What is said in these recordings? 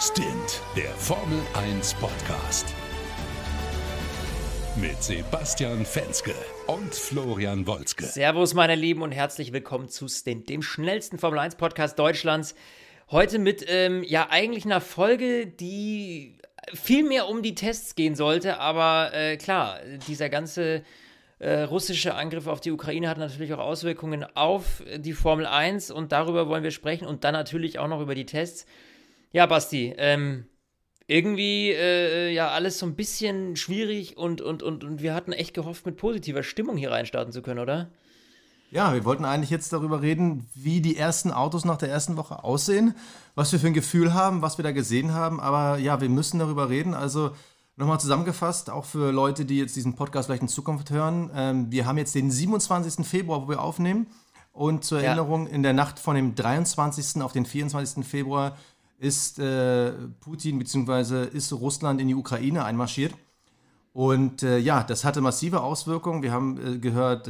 Stint, der Formel 1 Podcast. Mit Sebastian Fenske und Florian Wolzke. Servus, meine Lieben, und herzlich willkommen zu Stint, dem schnellsten Formel 1 Podcast Deutschlands. Heute mit, eigentlich einer Folge, die viel mehr um die Tests gehen sollte, aber klar, dieser ganze russische Angriff auf die Ukraine hat natürlich auch Auswirkungen auf die Formel 1 und darüber wollen wir sprechen und dann natürlich auch noch über die Tests. Ja, Basti, irgendwie alles so ein bisschen schwierig und wir hatten echt gehofft, mit positiver Stimmung hier reinstarten zu können, oder? Ja, wir wollten eigentlich jetzt darüber reden, wie die ersten Autos nach der ersten Woche aussehen, was wir für ein Gefühl haben, was wir da gesehen haben, aber ja, wir müssen darüber reden, also nochmal zusammengefasst, auch für Leute, die jetzt diesen Podcast vielleicht in Zukunft hören, wir haben jetzt den 27. Februar, wo wir aufnehmen und zur Erinnerung, in der Nacht von dem 23. auf den 24. Februar ist Putin bzw. ist Russland in die Ukraine einmarschiert. Und das hatte massive Auswirkungen. Wir haben gehört,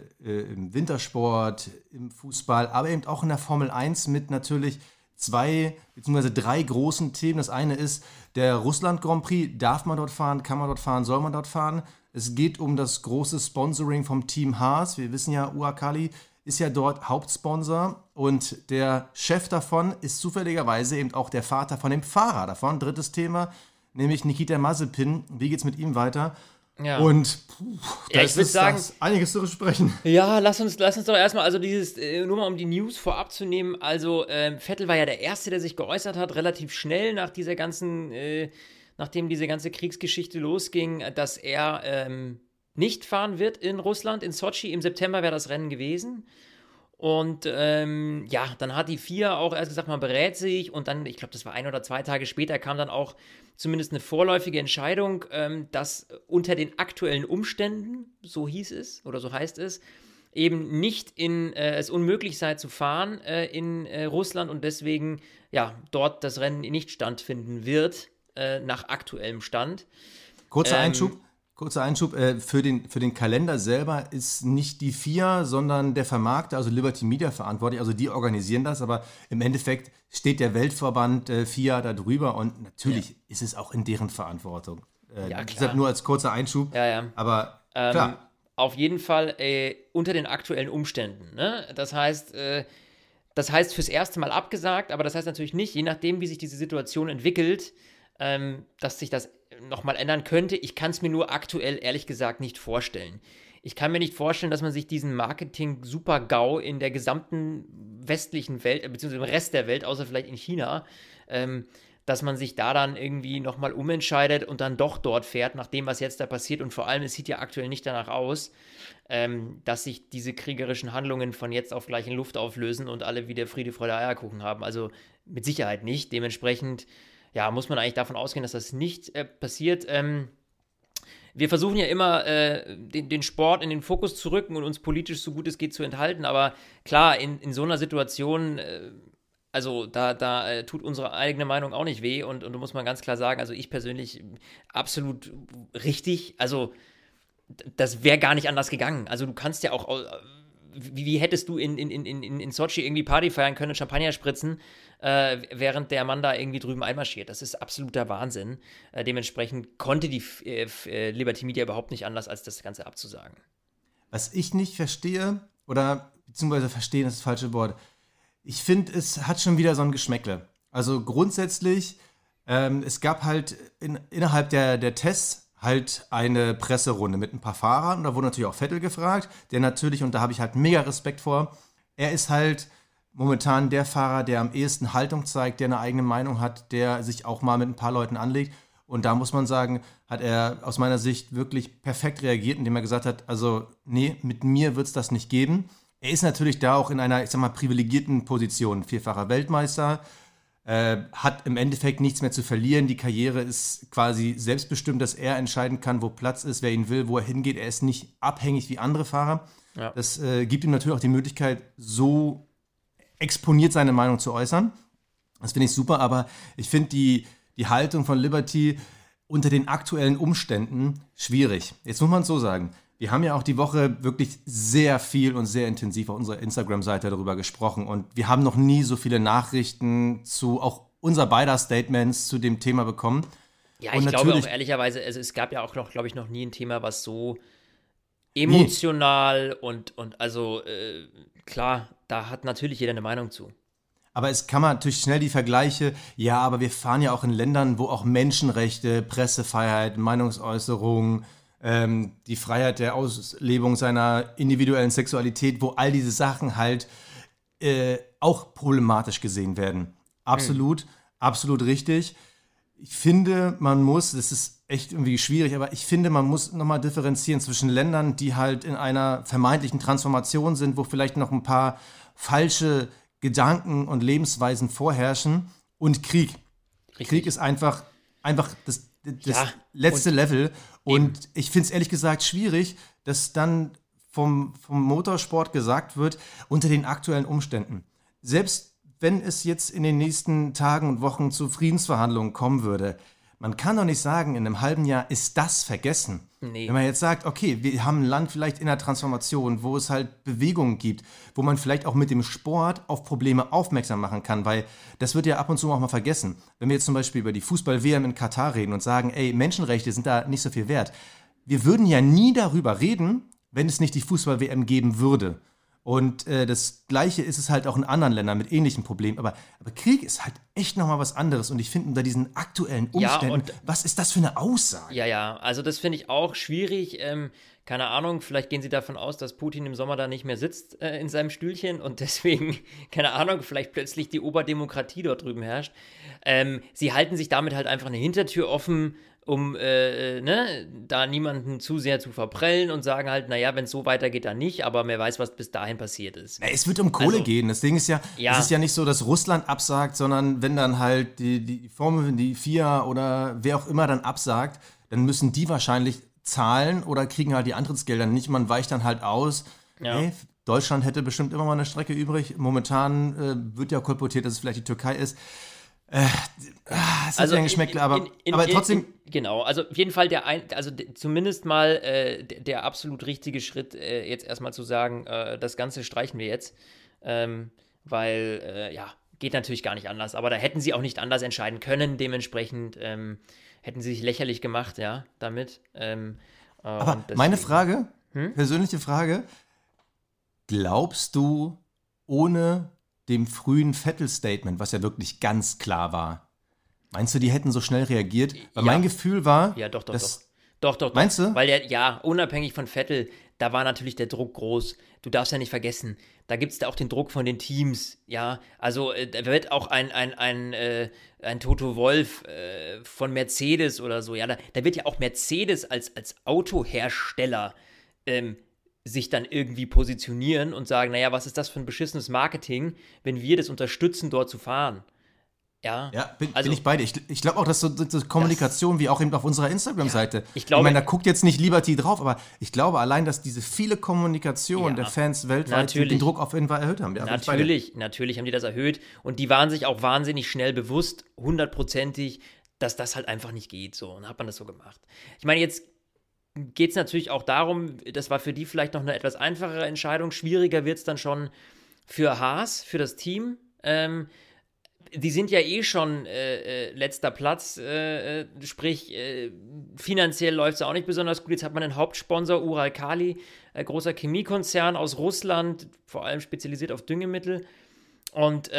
im Wintersport, im Fußball, aber eben auch in der Formel 1 mit natürlich 2 bzw. 3 großen Themen. Das eine ist der Russland Grand Prix. Darf man dort fahren? Kann man dort fahren? Soll man dort fahren? Es geht um das große Sponsoring vom Team Haas. Wir wissen ja, Uralkali ist ja dort Hauptsponsor und der Chef davon ist zufälligerweise eben auch der Vater von dem Fahrer davon. Drittes Thema, nämlich Nikita Mazepin. Wie geht's mit ihm weiter? Ja. Und da ist einiges zu besprechen. Ja, lass uns doch erstmal, also nur mal um die News vorab zu nehmen, also Vettel war ja der Erste, der sich geäußert hat, relativ schnell nach dieser ganzen, nachdem diese ganze Kriegsgeschichte losging, dass er nicht fahren wird in Russland, in Sochi. Im September wäre das Rennen gewesen. Und dann hat die FIA auch erst gesagt, man berät sich und dann, ich glaube, das war 1 oder 2 Tage später, kam dann auch zumindest eine vorläufige Entscheidung, dass unter den aktuellen Umständen, so hieß es oder so heißt es, eben nicht es unmöglich sei zu fahren in Russland und deswegen dort das Rennen nicht stattfinden wird, nach aktuellem Stand. Kurzer Einschub, für den Kalender selber ist nicht die FIA, sondern der Vermarkter, also Liberty Media, verantwortlich. Also die organisieren das, aber im Endeffekt steht der Weltverband FIA da drüber und natürlich ist es auch in deren Verantwortung. Deshalb nur als kurzer Einschub, aber klar. Auf jeden Fall unter den aktuellen Umständen. Ne? Das heißt fürs erste Mal abgesagt, aber das heißt natürlich nicht, je nachdem, wie sich diese Situation entwickelt, dass sich das nochmal ändern könnte. Ich kann es mir nur aktuell, ehrlich gesagt, nicht vorstellen. Ich kann mir nicht vorstellen, dass man sich diesen Marketing-Super-GAU in der gesamten westlichen Welt, beziehungsweise im Rest der Welt, außer vielleicht in China, dass man sich da dann irgendwie nochmal umentscheidet und dann doch dort fährt, nach dem, was jetzt da passiert. Und vor allem, es sieht ja aktuell nicht danach aus, dass sich diese kriegerischen Handlungen von jetzt auf gleich in Luft auflösen und alle wieder Friede, Freude, Eierkuchen haben. Also mit Sicherheit nicht. Dementsprechend muss man eigentlich davon ausgehen, dass das nicht passiert. Wir versuchen ja immer, den Sport in den Fokus zu rücken und uns politisch so gut es geht zu enthalten, aber klar, in so einer Situation, da tut unsere eigene Meinung auch nicht weh und da muss man ganz klar sagen, also ich persönlich absolut richtig, also das wäre gar nicht anders gegangen. Also du kannst ja auch, wie hättest du in Sochi irgendwie Party feiern können und Champagner spritzen, während der Mann da irgendwie drüben einmarschiert. Das ist absoluter Wahnsinn. Dementsprechend konnte die Liberty Media überhaupt nicht anders, als das Ganze abzusagen. Was ich nicht verstehe, oder beziehungsweise verstehen ist das falsche Wort, ich finde, es hat schon wieder so ein Geschmäckle. Also grundsätzlich, es gab halt innerhalb der Tests halt eine Presserunde mit ein paar Fahrern und da wurde natürlich auch Vettel gefragt, der natürlich, und da habe ich halt mega Respekt vor, er ist halt momentan der Fahrer, der am ehesten Haltung zeigt, der eine eigene Meinung hat, der sich auch mal mit ein paar Leuten anlegt und da muss man sagen, hat er aus meiner Sicht wirklich perfekt reagiert, indem er gesagt hat, also nee, mit mir wird es das nicht geben. Er ist natürlich da auch in einer, ich sag mal, privilegierten Position, 4-facher Weltmeister, hat im Endeffekt nichts mehr zu verlieren. Die Karriere ist quasi selbstbestimmt, dass er entscheiden kann, wo Platz ist, wer ihn will, wo er hingeht. Er ist nicht abhängig wie andere Fahrer. Ja. Das gibt ihm natürlich auch die Möglichkeit, so exponiert seine Meinung zu äußern. Das finde ich super, aber ich finde die Haltung von Liberty unter den aktuellen Umständen schwierig. Jetzt muss man es so sagen. Wir haben ja auch die Woche wirklich sehr viel und sehr intensiv auf unserer Instagram-Seite darüber gesprochen und wir haben noch nie so viele Nachrichten zu auch unser beider Statements zu dem Thema bekommen. Ja, ich glaube auch ehrlicherweise, also es gab ja auch noch, glaube ich, noch nie ein Thema, was so emotional und also klar, da hat natürlich jeder eine Meinung zu. Aber es kann man natürlich schnell die Vergleiche, ja, aber wir fahren ja auch in Ländern, wo auch Menschenrechte, Pressefreiheit, Meinungsäußerung, die Freiheit der Auslebung seiner individuellen Sexualität, wo all diese Sachen halt auch problematisch gesehen werden. Absolut, absolut richtig. Ich finde, man muss, das ist echt irgendwie schwierig, aber ich finde, man muss nochmal differenzieren zwischen Ländern, die halt in einer vermeintlichen Transformation sind, wo vielleicht noch ein paar falsche Gedanken und Lebensweisen vorherrschen, und Krieg. Richtig. Krieg ist einfach das letzte Level. Und ich finde es ehrlich gesagt schwierig, dass dann vom Motorsport gesagt wird, unter den aktuellen Umständen. Selbst wenn es jetzt in den nächsten Tagen und Wochen zu Friedensverhandlungen kommen würde, man kann doch nicht sagen, in einem halben Jahr ist das vergessen. Nee. Wenn man jetzt sagt, okay, wir haben ein Land vielleicht in der Transformation, wo es halt Bewegungen gibt, wo man vielleicht auch mit dem Sport auf Probleme aufmerksam machen kann, weil das wird ja ab und zu auch mal vergessen. Wenn wir jetzt zum Beispiel über die Fußball-WM in Katar reden und sagen, ey, Menschenrechte sind da nicht so viel wert. Wir würden ja nie darüber reden, wenn es nicht die Fußball-WM geben würde. Und das Gleiche ist es halt auch in anderen Ländern mit ähnlichen Problemen. Aber Krieg ist halt echt nochmal was anderes. Und ich finde, unter diesen aktuellen Umständen, was ist das für eine Aussage? Ja, also das finde ich auch schwierig. Keine Ahnung, vielleicht gehen Sie davon aus, dass Putin im Sommer da nicht mehr sitzt in seinem Stühlchen und deswegen, keine Ahnung, vielleicht plötzlich die Oberdemokratie dort drüben herrscht. Sie halten sich damit halt einfach eine Hintertür offen, um da niemanden zu sehr zu verprellen, und sagen halt, naja, wenn es so weitergeht, dann nicht, aber wer weiß, was bis dahin passiert ist. Es wird um Kohle gehen. Das Ding ist ja, es ist ja nicht so, dass Russland absagt, sondern wenn dann halt die Formel, die FIA oder wer auch immer dann absagt, dann müssen die wahrscheinlich zahlen oder kriegen halt die Antrittsgelder nicht. Man weicht dann halt aus. Ja. Hey, Deutschland hätte bestimmt immer mal eine Strecke übrig. Momentan wird ja kolportiert, dass es vielleicht die Türkei ist. Es hat ja ein Geschmäckle, aber trotzdem. Genau, also auf jeden Fall zumindest mal der absolut richtige Schritt, jetzt erstmal zu sagen, das Ganze streichen wir jetzt, weil, geht natürlich gar nicht anders, aber da hätten sie auch nicht anders entscheiden können, dementsprechend hätten sie sich lächerlich gemacht, ja, damit. Aber meine Frage, persönliche Frage, glaubst du, ohne dem frühen Vettel-Statement, was ja wirklich ganz klar war, meinst du, die hätten so schnell reagiert? Weil mein Gefühl war... Ja, doch. Doch. Meinst du? Weil unabhängig von Vettel, da war natürlich der Druck groß. Du darfst ja nicht vergessen, da gibt es da auch den Druck von den Teams, ja. Also da wird auch ein Toto Wolff von Mercedes oder so, ja, da wird ja auch Mercedes als Autohersteller sich dann irgendwie positionieren und sagen, naja, was ist das für ein beschissenes Marketing, wenn wir das unterstützen, dort zu fahren? Ja, bin ich bei dir. Ich glaube auch, dass so Kommunikation, wie auch eben auf unserer Instagram-Seite, ich meine, da guckt jetzt nicht Liberty drauf, aber ich glaube allein, dass diese viele Kommunikation der Fans weltweit den Druck auf jeden Fall erhöht haben. Ja, natürlich haben die das erhöht und die waren sich auch wahnsinnig schnell bewusst, 100%ig, dass das halt einfach nicht geht. So, und hat man das so gemacht. Ich meine, jetzt geht es natürlich auch darum, das war für die vielleicht noch eine etwas einfachere Entscheidung. Schwieriger wird es dann schon für Haas, für das Team. Die sind ja eh schon letzter Platz, sprich finanziell läuft es auch nicht besonders gut. Jetzt hat man einen Hauptsponsor, Uralkali, großer Chemiekonzern aus Russland, vor allem spezialisiert auf Düngemittel. Und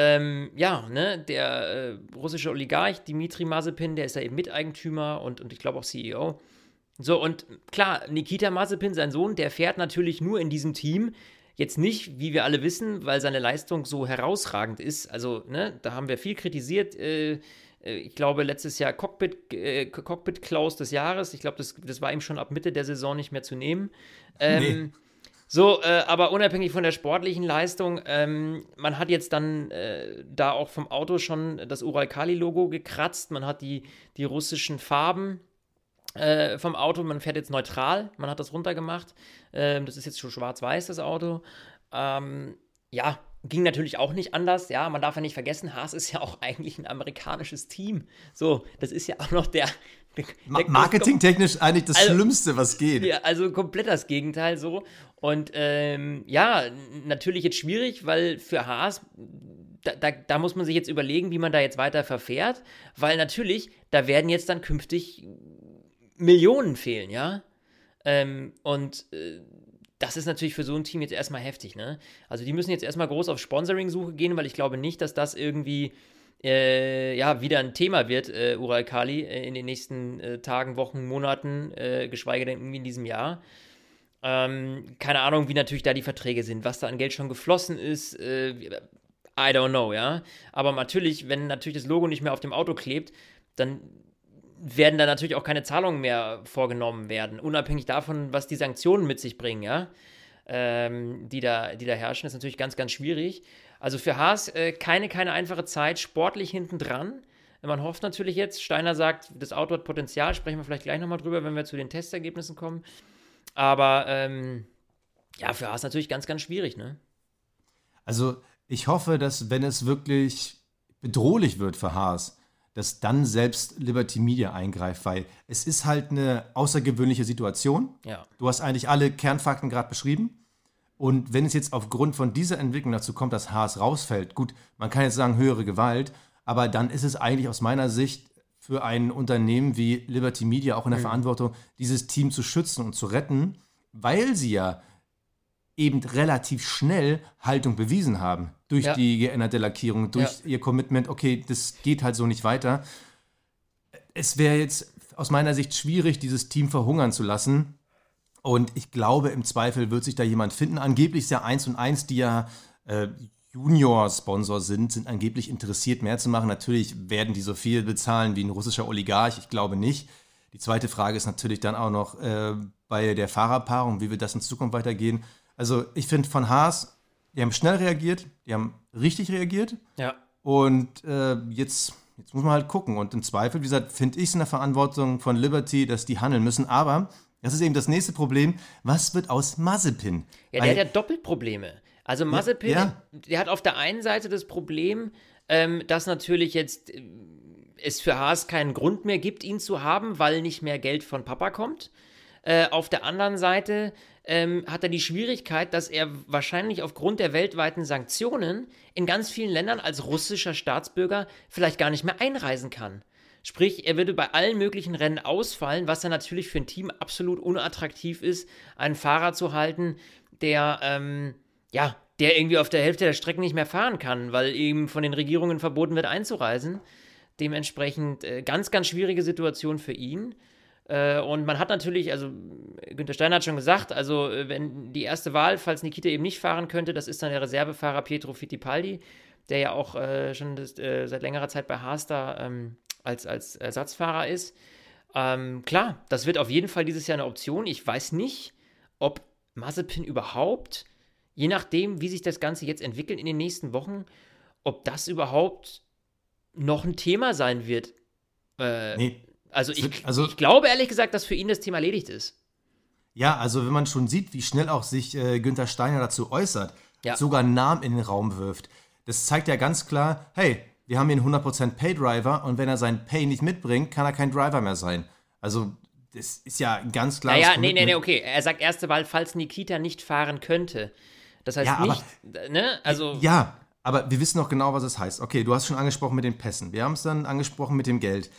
der russische Oligarch Dmitri Mazepin, der ist ja eben Miteigentümer und ich glaube auch CEO. So, und klar, Nikita Mazepin, sein Sohn, der fährt natürlich nur in diesem Team. Jetzt nicht, wie wir alle wissen, weil seine Leistung so herausragend ist. Also, da haben wir viel kritisiert. Ich glaube, letztes Jahr Cockpit Klaus des Jahres. Ich glaube, das war ihm schon ab Mitte der Saison nicht mehr zu nehmen. Nee. Aber unabhängig von der sportlichen Leistung, man hat jetzt dann da auch vom Auto schon das Uralkali-Logo gekratzt. Man hat die russischen Farben vom Auto, man fährt jetzt neutral, man hat das runtergemacht. Das ist jetzt schon schwarz-weiß, das Auto. Ging natürlich auch nicht anders. Ja, man darf ja nicht vergessen, Haas ist ja auch eigentlich ein amerikanisches Team. So, das ist ja auch noch der marketingtechnisch eigentlich das Schlimmste, was geht. Ja, also komplett das Gegenteil so. Und natürlich jetzt schwierig, weil für Haas da muss man sich jetzt überlegen, wie man da jetzt weiter verfährt, weil natürlich, da werden jetzt dann künftig Millionen fehlen, ja. Das ist natürlich für so ein Team jetzt erstmal heftig, ne? Also die müssen jetzt erstmal groß auf Sponsoring-Suche gehen, weil ich glaube nicht, dass das irgendwie wieder ein Thema wird, Uralkali, in den nächsten Tagen, Wochen, Monaten, geschweige denn irgendwie in diesem Jahr. Keine Ahnung, wie natürlich da die Verträge sind, was da an Geld schon geflossen ist, I don't know, ja. Aber natürlich, wenn natürlich das Logo nicht mehr auf dem Auto klebt, dann werden da natürlich auch keine Zahlungen mehr vorgenommen werden, unabhängig davon, was die Sanktionen mit sich bringen, ja, die da herrschen, ist natürlich ganz, ganz schwierig. Also für Haas keine einfache Zeit, sportlich hinten dran. Man hofft natürlich jetzt, Steiner sagt, das Auto hat Potenzial, sprechen wir vielleicht gleich nochmal drüber, wenn wir zu den Testergebnissen kommen. Aber für Haas natürlich ganz, ganz schwierig, ne? Also ich hoffe, dass wenn es wirklich bedrohlich wird für Haas, dass dann selbst Liberty Media eingreift, weil es ist halt eine außergewöhnliche Situation. Ja. Du hast eigentlich alle Kernfakten gerade beschrieben. Und wenn es jetzt aufgrund von dieser Entwicklung dazu kommt, dass Haas rausfällt, gut, man kann jetzt sagen höhere Gewalt, aber dann ist es eigentlich aus meiner Sicht für ein Unternehmen wie Liberty Media auch in der Verantwortung, dieses Team zu schützen und zu retten, weil sie ja eben relativ schnell Haltung bewiesen haben. Durch die geänderte Lackierung, durch ihr Commitment, okay, das geht halt so nicht weiter. Es wäre jetzt aus meiner Sicht schwierig, dieses Team verhungern zu lassen. Und ich glaube, im Zweifel wird sich da jemand finden. Angeblich ist ja 1&1, die ja Junior-Sponsor sind angeblich interessiert, mehr zu machen. Natürlich werden die so viel bezahlen wie ein russischer Oligarch. Ich glaube nicht. Die zweite Frage ist natürlich dann auch noch bei der Fahrerpaarung, wie wird das in Zukunft weitergehen. Also ich finde von Haas, die haben schnell reagiert, die haben richtig reagiert. Ja. Und jetzt muss man halt gucken. Und im Zweifel, wie gesagt, finde ich es in der Verantwortung von Liberty, dass die handeln müssen. Aber das ist eben das nächste Problem. Was wird aus Mazepin? Ja, der hat ja doppelt Probleme. Also Mazepin, der hat auf der einen Seite das Problem, dass natürlich jetzt es für Haas keinen Grund mehr gibt, ihn zu haben, weil nicht mehr Geld von Papa kommt. Auf der anderen Seite hat er die Schwierigkeit, dass er wahrscheinlich aufgrund der weltweiten Sanktionen in ganz vielen Ländern als russischer Staatsbürger vielleicht gar nicht mehr einreisen kann. Sprich, er würde bei allen möglichen Rennen ausfallen, was dann natürlich für ein Team absolut unattraktiv ist, einen Fahrer zu halten, der irgendwie auf der Hälfte der Strecken nicht mehr fahren kann, weil ihm von den Regierungen verboten wird, einzureisen. Dementsprechend ganz, ganz schwierige Situation für ihn. Und man hat natürlich, also Günther Steiner hat schon gesagt, also wenn die erste Wahl, falls Nikita eben nicht fahren könnte, das ist dann der Reservefahrer Pietro Fittipaldi, der ja auch schon seit längerer Zeit bei Haas da als Ersatzfahrer ist. Klar, das wird auf jeden Fall dieses Jahr eine Option. Ich weiß nicht, ob Mazepin überhaupt, je nachdem, wie sich das Ganze jetzt entwickelt in den nächsten Wochen, ob das überhaupt noch ein Thema sein wird. Nee. Also ich glaube ehrlich gesagt, dass für ihn das Thema erledigt ist. Ja, also wenn man schon sieht, wie schnell auch sich Günther Steiner dazu äußert, sogar einen Namen in den Raum wirft, das zeigt ja ganz klar, hey, wir haben hier einen 100% Pay-Driver und wenn er seinen Pay nicht mitbringt, kann er kein Driver mehr sein. Also das ist ja ein ganz klares Commitment. Okay, er sagt erste Wahl, falls Nikita nicht fahren könnte. Das heißt ne? Also ja, aber wir wissen doch genau, was es heißt. Okay, du hast schon angesprochen mit den Pässen. Wir haben es dann angesprochen mit dem Geld.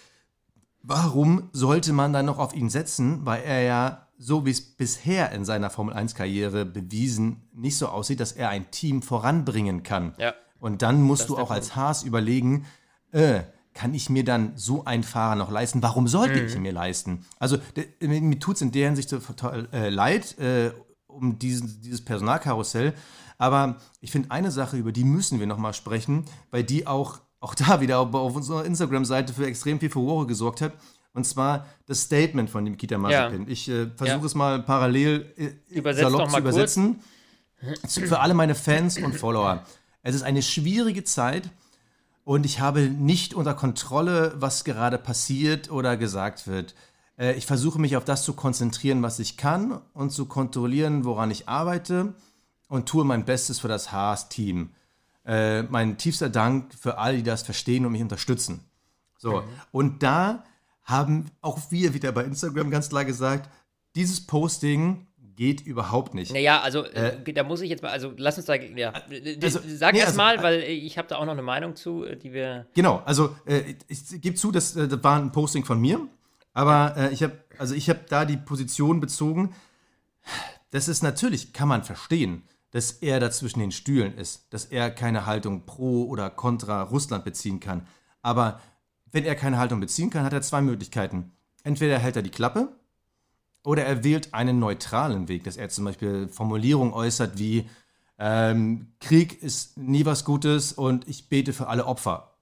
Warum sollte man dann noch auf ihn setzen, weil er ja, so wie es bisher in seiner Formel-1-Karriere bewiesen, nicht so aussieht, dass er ein Team voranbringen kann. Ja. Und dann musst du auch als Haas überlegen, kann ich mir dann so einen Fahrer noch leisten? Warum sollte ich ihn mir leisten? Also mir tut es in der Hinsicht total leid um dieses Personalkarussell, aber ich finde eine Sache, über die müssen wir nochmal sprechen, weil die auch da wieder auf unserer Instagram-Seite für extrem viel Furore gesorgt hat. Und zwar das Statement von Nikita Mazepin. Ja. Ich versuche es mal parallel salopp zu übersetzen. Für alle meine Fans und Follower. Es ist eine schwierige Zeit und ich habe nicht unter Kontrolle, was gerade passiert oder gesagt wird. Ich versuche mich auf das zu konzentrieren, was ich kann und zu kontrollieren, woran ich arbeite und tue mein Bestes für das Haas-Team. Mein tiefster Dank für alle, die das verstehen und mich unterstützen. So, und da haben auch wir wieder bei Instagram ganz klar gesagt, dieses Posting geht überhaupt nicht. Naja, also da muss ich jetzt mal, also lass uns da, ja, sag nee, erst mal, weil ich habe da auch noch eine Meinung zu, die wir... Genau, also ich gebe zu, das war ein Posting von mir, aber ich habe da die Position bezogen, das ist natürlich, kann man verstehen, dass er da zwischen den Stühlen ist, dass er keine Haltung pro oder kontra Russland beziehen kann. Aber wenn er keine Haltung beziehen kann, hat er zwei Möglichkeiten. Entweder hält er die Klappe oder er wählt einen neutralen Weg, dass er zum Beispiel Formulierungen äußert wie Krieg ist nie was Gutes und ich bete für alle Opfer.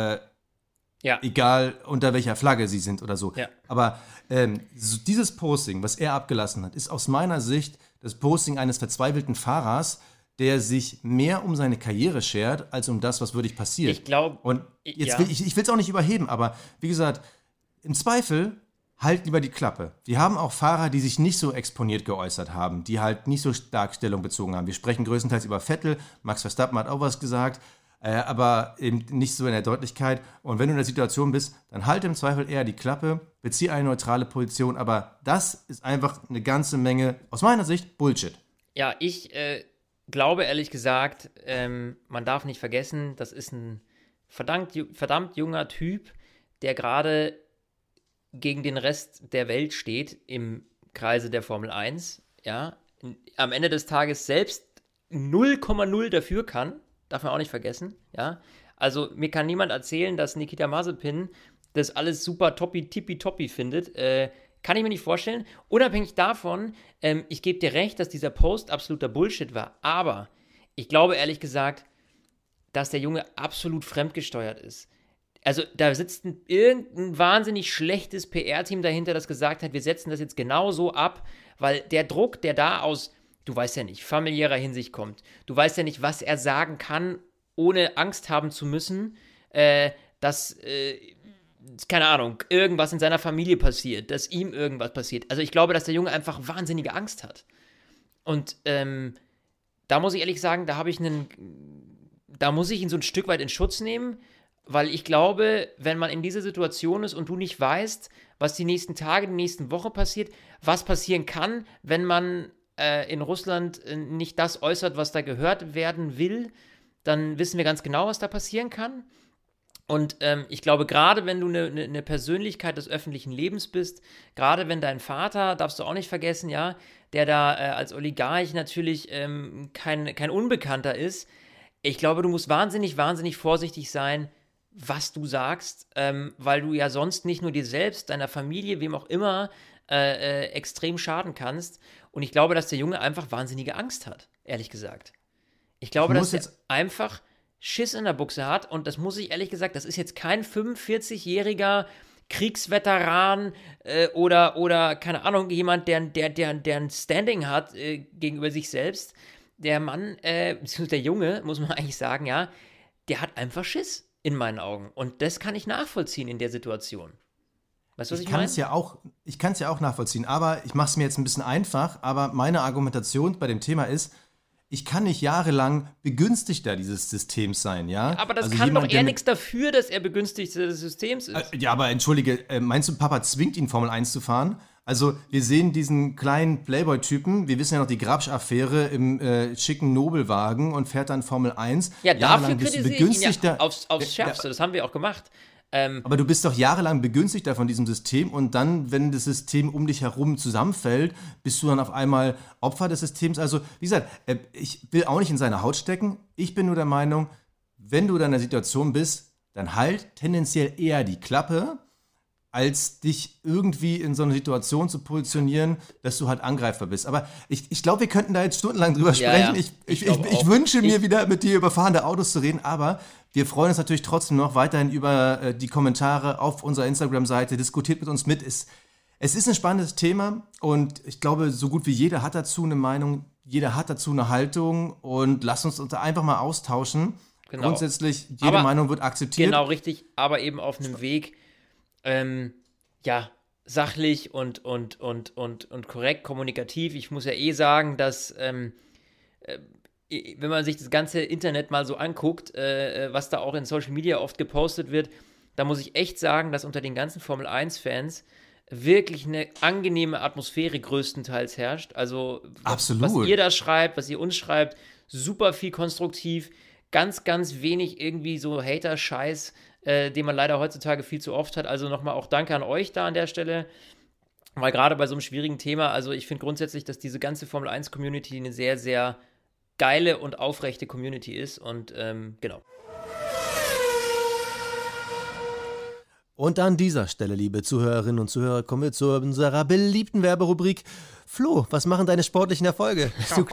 Egal unter welcher Flagge sie sind oder so. Ja. Aber so dieses Posting, was er abgelassen hat, ist aus meiner Sicht das Posting eines verzweifelten Fahrers, der sich mehr um seine Karriere schert, als um das, was wirklich passiert. Ich glaube... Und jetzt ich will es auch nicht überheben, aber wie gesagt, im Zweifel halt lieber die Klappe. Wir haben auch Fahrer, die sich nicht so exponiert geäußert haben, die halt nicht so stark Stellung bezogen haben. Wir sprechen größtenteils über Vettel, Max Verstappen hat auch was gesagt, aber eben nicht so in der Deutlichkeit. Und wenn du in der Situation bist, dann halt im Zweifel eher die Klappe, beziehe eine neutrale Position, aber das ist einfach eine ganze Menge, aus meiner Sicht, Bullshit. Ja, ich glaube ehrlich gesagt, man darf nicht vergessen, das ist ein verdammt junger Typ, der gerade gegen den Rest der Welt steht im Kreise der Formel 1, ja, am Ende des Tages selbst 0,0 dafür kann, darf man auch nicht vergessen, ja. Also mir kann niemand erzählen, dass Nikita Mazepin das alles super tippitoppi findet, kann ich mir nicht vorstellen. Unabhängig davon, ich gebe dir recht, dass dieser Post absoluter Bullshit war, aber ich glaube ehrlich gesagt, dass der Junge absolut fremdgesteuert ist. Also da sitzt irgendein wahnsinnig schlechtes PR-Team dahinter, das gesagt hat, wir setzen das jetzt genau so ab, weil der Druck, der da aus, du weißt ja nicht, familiärer Hinsicht kommt, du weißt ja nicht, was er sagen kann, ohne Angst haben zu müssen, dass, keine Ahnung, irgendwas in seiner Familie passiert, dass ihm irgendwas passiert. Also ich glaube, dass der Junge einfach wahnsinnige Angst hat. Und da muss ich ehrlich sagen, da muss ich ihn so ein Stück weit in Schutz nehmen, weil ich glaube, wenn man in dieser Situation ist und du nicht weißt, was die nächsten Tage, die nächsten Wochen passiert, was passieren kann, wenn man in Russland nicht das äußert, was da gehört werden will, dann wissen wir ganz genau, was da passieren kann. Und ich glaube, gerade wenn du eine Persönlichkeit des öffentlichen Lebens bist, gerade wenn dein Vater, darfst du auch nicht vergessen, ja, der da als Oligarch natürlich kein Unbekannter ist, ich glaube, du musst wahnsinnig, wahnsinnig vorsichtig sein, was du sagst, weil du ja sonst nicht nur dir selbst, deiner Familie, wem auch immer, extrem schaden kannst. Und ich glaube, dass der Junge einfach wahnsinnige Angst hat, ehrlich gesagt. Ich glaube, dass er einfach Schiss in der Buchse hat und das muss ich ehrlich gesagt, das ist jetzt kein 45-jähriger Kriegsveteran oder keine Ahnung, jemand, der ein Standing hat gegenüber sich selbst. Der Mann, beziehungsweise der Junge, muss man eigentlich sagen, ja, der hat einfach Schiss in meinen Augen. Und das kann ich nachvollziehen in der Situation. Weißt du, was ich meine? Ich kann es ja auch nachvollziehen, aber ich mache es mir jetzt ein bisschen einfach, aber meine Argumentation bei dem Thema ist, ich kann nicht jahrelang Begünstigter dieses Systems sein, ja? Aber das kann doch eher nichts dafür, dass er Begünstigter des Systems ist. Ja, aber entschuldige, meinst du, Papa zwingt ihn, Formel 1 zu fahren? Also, wir sehen diesen kleinen Playboy-Typen, wir wissen ja noch die Grabsch-Affäre im schicken Nobelwagen und fährt dann Formel 1. Ja, dafür kritisiere ich ihn ja aufs Schärfste, das haben wir auch gemacht. Aber du bist doch jahrelang Begünstigter von diesem System und dann, wenn das System um dich herum zusammenfällt, bist du dann auf einmal Opfer des Systems. Also, wie gesagt, ich will auch nicht in seine Haut stecken. Ich bin nur der Meinung, wenn du da in der Situation bist, dann halt tendenziell eher die Klappe, als dich irgendwie in so eine Situation zu positionieren, dass du halt angreifbar bist. Aber ich glaube, wir könnten da jetzt stundenlang drüber sprechen. Ja. Ich wünsche mir wieder mit dir über fahrende Autos zu reden, aber wir freuen uns natürlich trotzdem noch weiterhin über die Kommentare auf unserer Instagram-Seite. Diskutiert mit uns mit. Es ist ein spannendes Thema und ich glaube, so gut wie jeder hat dazu eine Meinung, jeder hat dazu eine Haltung und lasst uns da einfach mal austauschen. Genau. Grundsätzlich, jede Meinung wird akzeptiert. Genau, richtig, aber eben auf einem Weg, sachlich und korrekt, kommunikativ. Ich muss ja sagen, dass, wenn man sich das ganze Internet mal so anguckt, was da auch in Social Media oft gepostet wird, da muss ich echt sagen, dass unter den ganzen Formel-1-Fans wirklich eine angenehme Atmosphäre größtenteils herrscht. Also, Absolut. was ihr da schreibt, was ihr uns schreibt, super viel konstruktiv, ganz, ganz wenig irgendwie so Hater-Scheiß, den man leider heutzutage viel zu oft hat. Also nochmal auch danke an euch da an der Stelle. Weil gerade bei so einem schwierigen Thema, also ich finde grundsätzlich, dass diese ganze Formel-1-Community eine sehr, sehr geile und aufrechte Community ist und genau. Und an dieser Stelle, liebe Zuhörerinnen und Zuhörer, kommen wir zu unserer beliebten Werberubrik. Flo, was machen deine sportlichen Erfolge?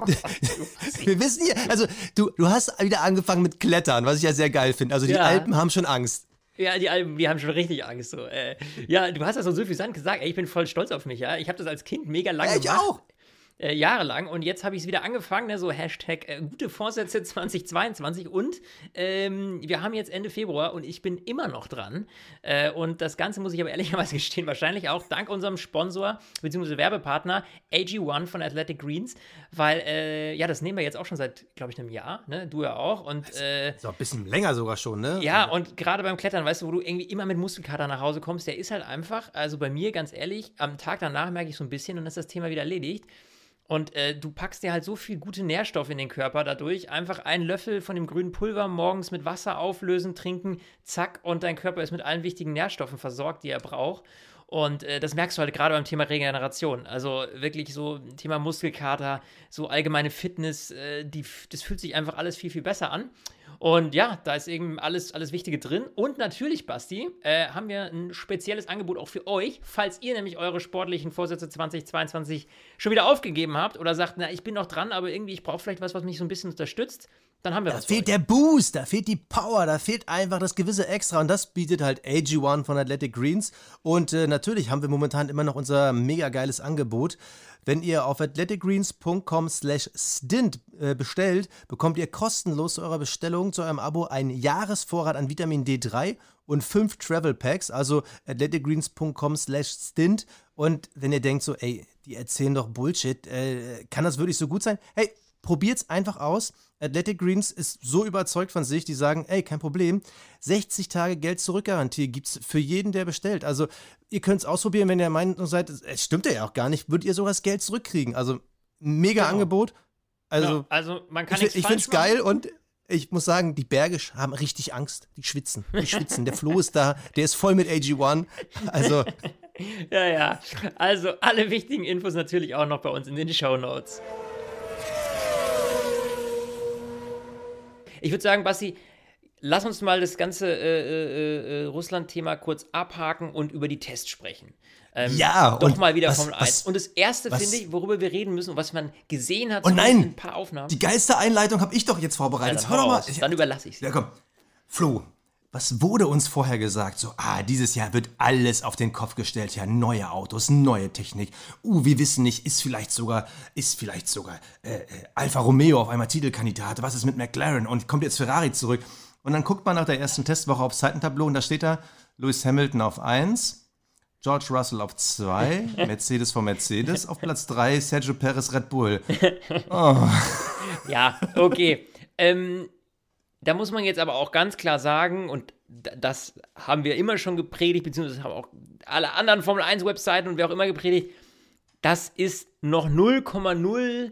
Wir wissen hier, also du hast wieder angefangen mit Klettern, was ich ja sehr geil finde. Also die Alpen haben schon Angst. Ja, die Alpen, die haben schon richtig Angst. So. Ja, du hast das so suffisant gesagt. Ey, ich bin voll stolz auf mich. Ja, ich habe das als Kind mega lange gemacht. Ich auch. Jahrelang und jetzt habe ich es wieder angefangen, ne, so Hashtag gute Vorsätze 2022 und wir haben jetzt Ende Februar und ich bin immer noch dran und das Ganze muss ich aber ehrlicherweise gestehen, wahrscheinlich auch dank unserem Sponsor bzw. Werbepartner AG1 von Athletic Greens, weil ja, das nehmen wir jetzt auch schon seit, glaube ich, einem Jahr, ne, du ja auch und ist auch ein bisschen länger sogar schon, ne? Ja, und gerade beim Klettern, weißt du, wo du irgendwie immer mit Muskelkater nach Hause kommst, der ist halt einfach, also bei mir, ganz ehrlich, am Tag danach merke ich so ein bisschen und dann ist das Thema wieder erledigt. Und du packst dir halt so viel gute Nährstoffe in den Körper dadurch. Einfach einen Löffel von dem grünen Pulver morgens mit Wasser auflösen, trinken, zack, und dein Körper ist mit allen wichtigen Nährstoffen versorgt, die er braucht. Und das merkst du halt gerade beim Thema Regeneration. Also wirklich so Thema Muskelkater, so allgemeine Fitness, das fühlt sich einfach alles viel, viel besser an. Und ja, da ist eben alles Wichtige drin. Und natürlich, Basti, haben wir ein spezielles Angebot auch für euch, falls ihr nämlich eure sportlichen Vorsätze 2022 schon wieder aufgegeben habt oder sagt, na, ich bin noch dran, aber irgendwie, ich brauche vielleicht was mich so ein bisschen unterstützt, dann haben wir was für euch. Da fehlt der Boost, da fehlt die Power, da fehlt einfach das gewisse Extra und das bietet halt AG1 von Athletic Greens und natürlich haben wir momentan immer noch unser mega geiles Angebot. Wenn ihr auf athleticgreens.com/stint bestellt, bekommt ihr kostenlos zu eurer Bestellung, zu eurem Abo, einen Jahresvorrat an Vitamin D3 und 5 Travel Packs, also athleticgreens.com/stint. Und wenn ihr denkt so, ey, die erzählen doch Bullshit, kann das wirklich so gut sein? Hey, probiert's einfach aus. Athletic Greens ist so überzeugt von sich, die sagen, ey, kein Problem, 60 Tage Geld-Zurück-Garantie gibt's für jeden, der bestellt. Also ihr könnt es ausprobieren, wenn ihr meint und seid, es stimmt ja auch gar nicht, würdet ihr sogar das Geld zurückkriegen. Also mega Angebot. Also, ja, also man kann nichts ich falsch finde es geil und ich muss sagen, die Berge haben richtig Angst. Die schwitzen. Der Flo ist da, der ist voll mit AG1. Also ja. Also alle wichtigen Infos natürlich auch noch bei uns in den Shownotes. Ich würde sagen, Basti, lass uns mal das ganze Russland-Thema kurz abhaken und über die Tests sprechen. Ja, doch und mal wieder Formel 1. Und das Erste, finde ich, worüber wir reden müssen und was man gesehen hat, Oh nein, in ein paar Aufnahmen. Die geilste Einleitung habe ich doch jetzt vorbereitet. Ja, Hör doch mal. dann überlasse ich sie. Ja, komm. Flo, was wurde uns vorher gesagt? So, dieses Jahr wird alles auf den Kopf gestellt. Ja, neue Autos, neue Technik. Wir wissen nicht, ist vielleicht sogar Alfa Romeo auf einmal Titelkandidat. Was ist mit McLaren? Und kommt jetzt Ferrari zurück? Und dann guckt man nach der ersten Testwoche aufs Zeitentableau und da steht da Lewis Hamilton auf 1, George Russell auf 2, Mercedes vor Mercedes, auf Platz 3 Sergio Perez Red Bull. Oh. Ja, okay. Da muss man jetzt aber auch ganz klar sagen, und das haben wir immer schon gepredigt, beziehungsweise haben auch alle anderen Formel-1-Webseiten und wer auch immer gepredigt, das ist noch 0,0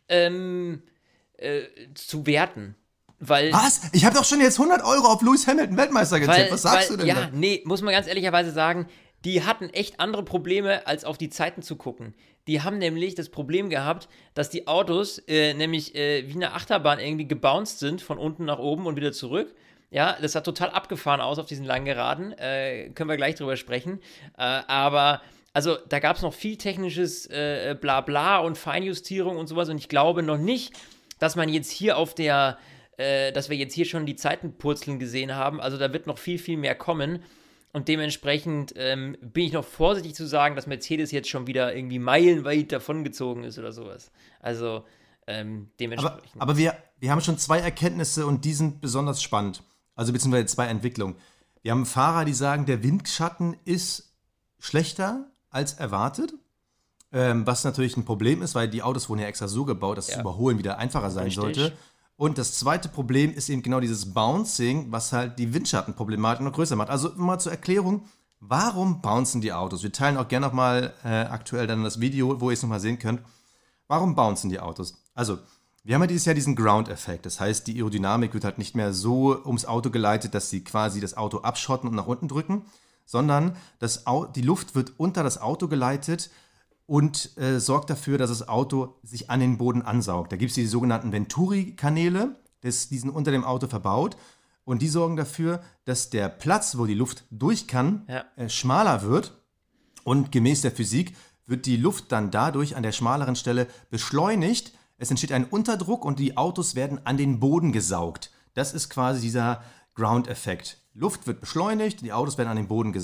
zu werten. Weil, Was? Ich habe doch schon jetzt 100 € auf Lewis Hamilton Weltmeister getippt. Was sagst du denn da? Ja, nee, muss man ganz ehrlicherweise sagen, die hatten echt andere Probleme, als auf die Zeiten zu gucken. Die haben nämlich das Problem gehabt, dass die Autos nämlich wie eine Achterbahn irgendwie gebounced sind, von unten nach oben und wieder zurück. Ja, das sah total abgefahren aus auf diesen langen Geraden. Können wir gleich drüber sprechen. Aber, also, da gab es noch viel technisches Blabla und Feinjustierung und sowas. Und ich glaube noch nicht, dass man jetzt hier dass wir jetzt hier schon die Zeitenpurzeln gesehen haben. Also, da wird noch viel, viel mehr kommen. Und dementsprechend bin ich noch vorsichtig zu sagen, dass Mercedes jetzt schon wieder irgendwie meilenweit davongezogen ist oder sowas. Also dementsprechend. Aber wir haben schon 2 Erkenntnisse und die sind besonders spannend. Also beziehungsweise 2 Entwicklungen. Wir haben Fahrer, die sagen, der Windschatten ist schlechter als erwartet. Was natürlich ein Problem ist, weil die Autos wurden ja extra so gebaut, dass das Überholen wieder einfacher sein sollte. Und das zweite Problem ist eben genau dieses Bouncing, was halt die Windschattenproblematik noch größer macht. Also mal zur Erklärung, Warum bouncen die Autos? Wir teilen auch gerne nochmal aktuell dann das Video, wo ihr es nochmal sehen könnt. Warum bouncen die Autos? Also, wir haben ja dieses Jahr diesen Ground-Effekt. Das heißt, die Aerodynamik wird halt nicht mehr so ums Auto geleitet, dass sie quasi das Auto abschotten und nach unten drücken, sondern die Luft wird unter das Auto geleitet und sorgt dafür, dass das Auto sich an den Boden ansaugt. Da gibt es die sogenannten Venturi-Kanäle, die sind unter dem Auto verbaut und die sorgen dafür, dass der Platz, wo die Luft durch kann, schmaler wird und gemäß der Physik wird die Luft dann dadurch an der schmaleren Stelle beschleunigt. Es entsteht ein Unterdruck und die Autos werden an den Boden gesaugt. Das ist quasi dieser Ground-Effekt. Luft wird beschleunigt, die Autos werden an den Boden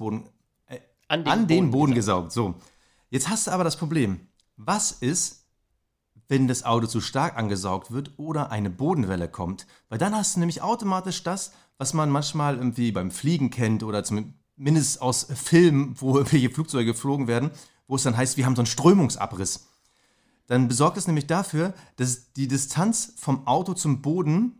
gesaugt. So. Jetzt hast du aber das Problem. Was ist, wenn das Auto zu stark angesaugt wird oder eine Bodenwelle kommt? Weil dann hast du nämlich automatisch das, was man manchmal irgendwie beim Fliegen kennt oder zumindest aus Filmen, wo irgendwelche Flugzeuge geflogen werden, wo es dann heißt, wir haben so einen Strömungsabriss. Dann besorgt es nämlich dafür, dass die Distanz vom Auto zum Boden,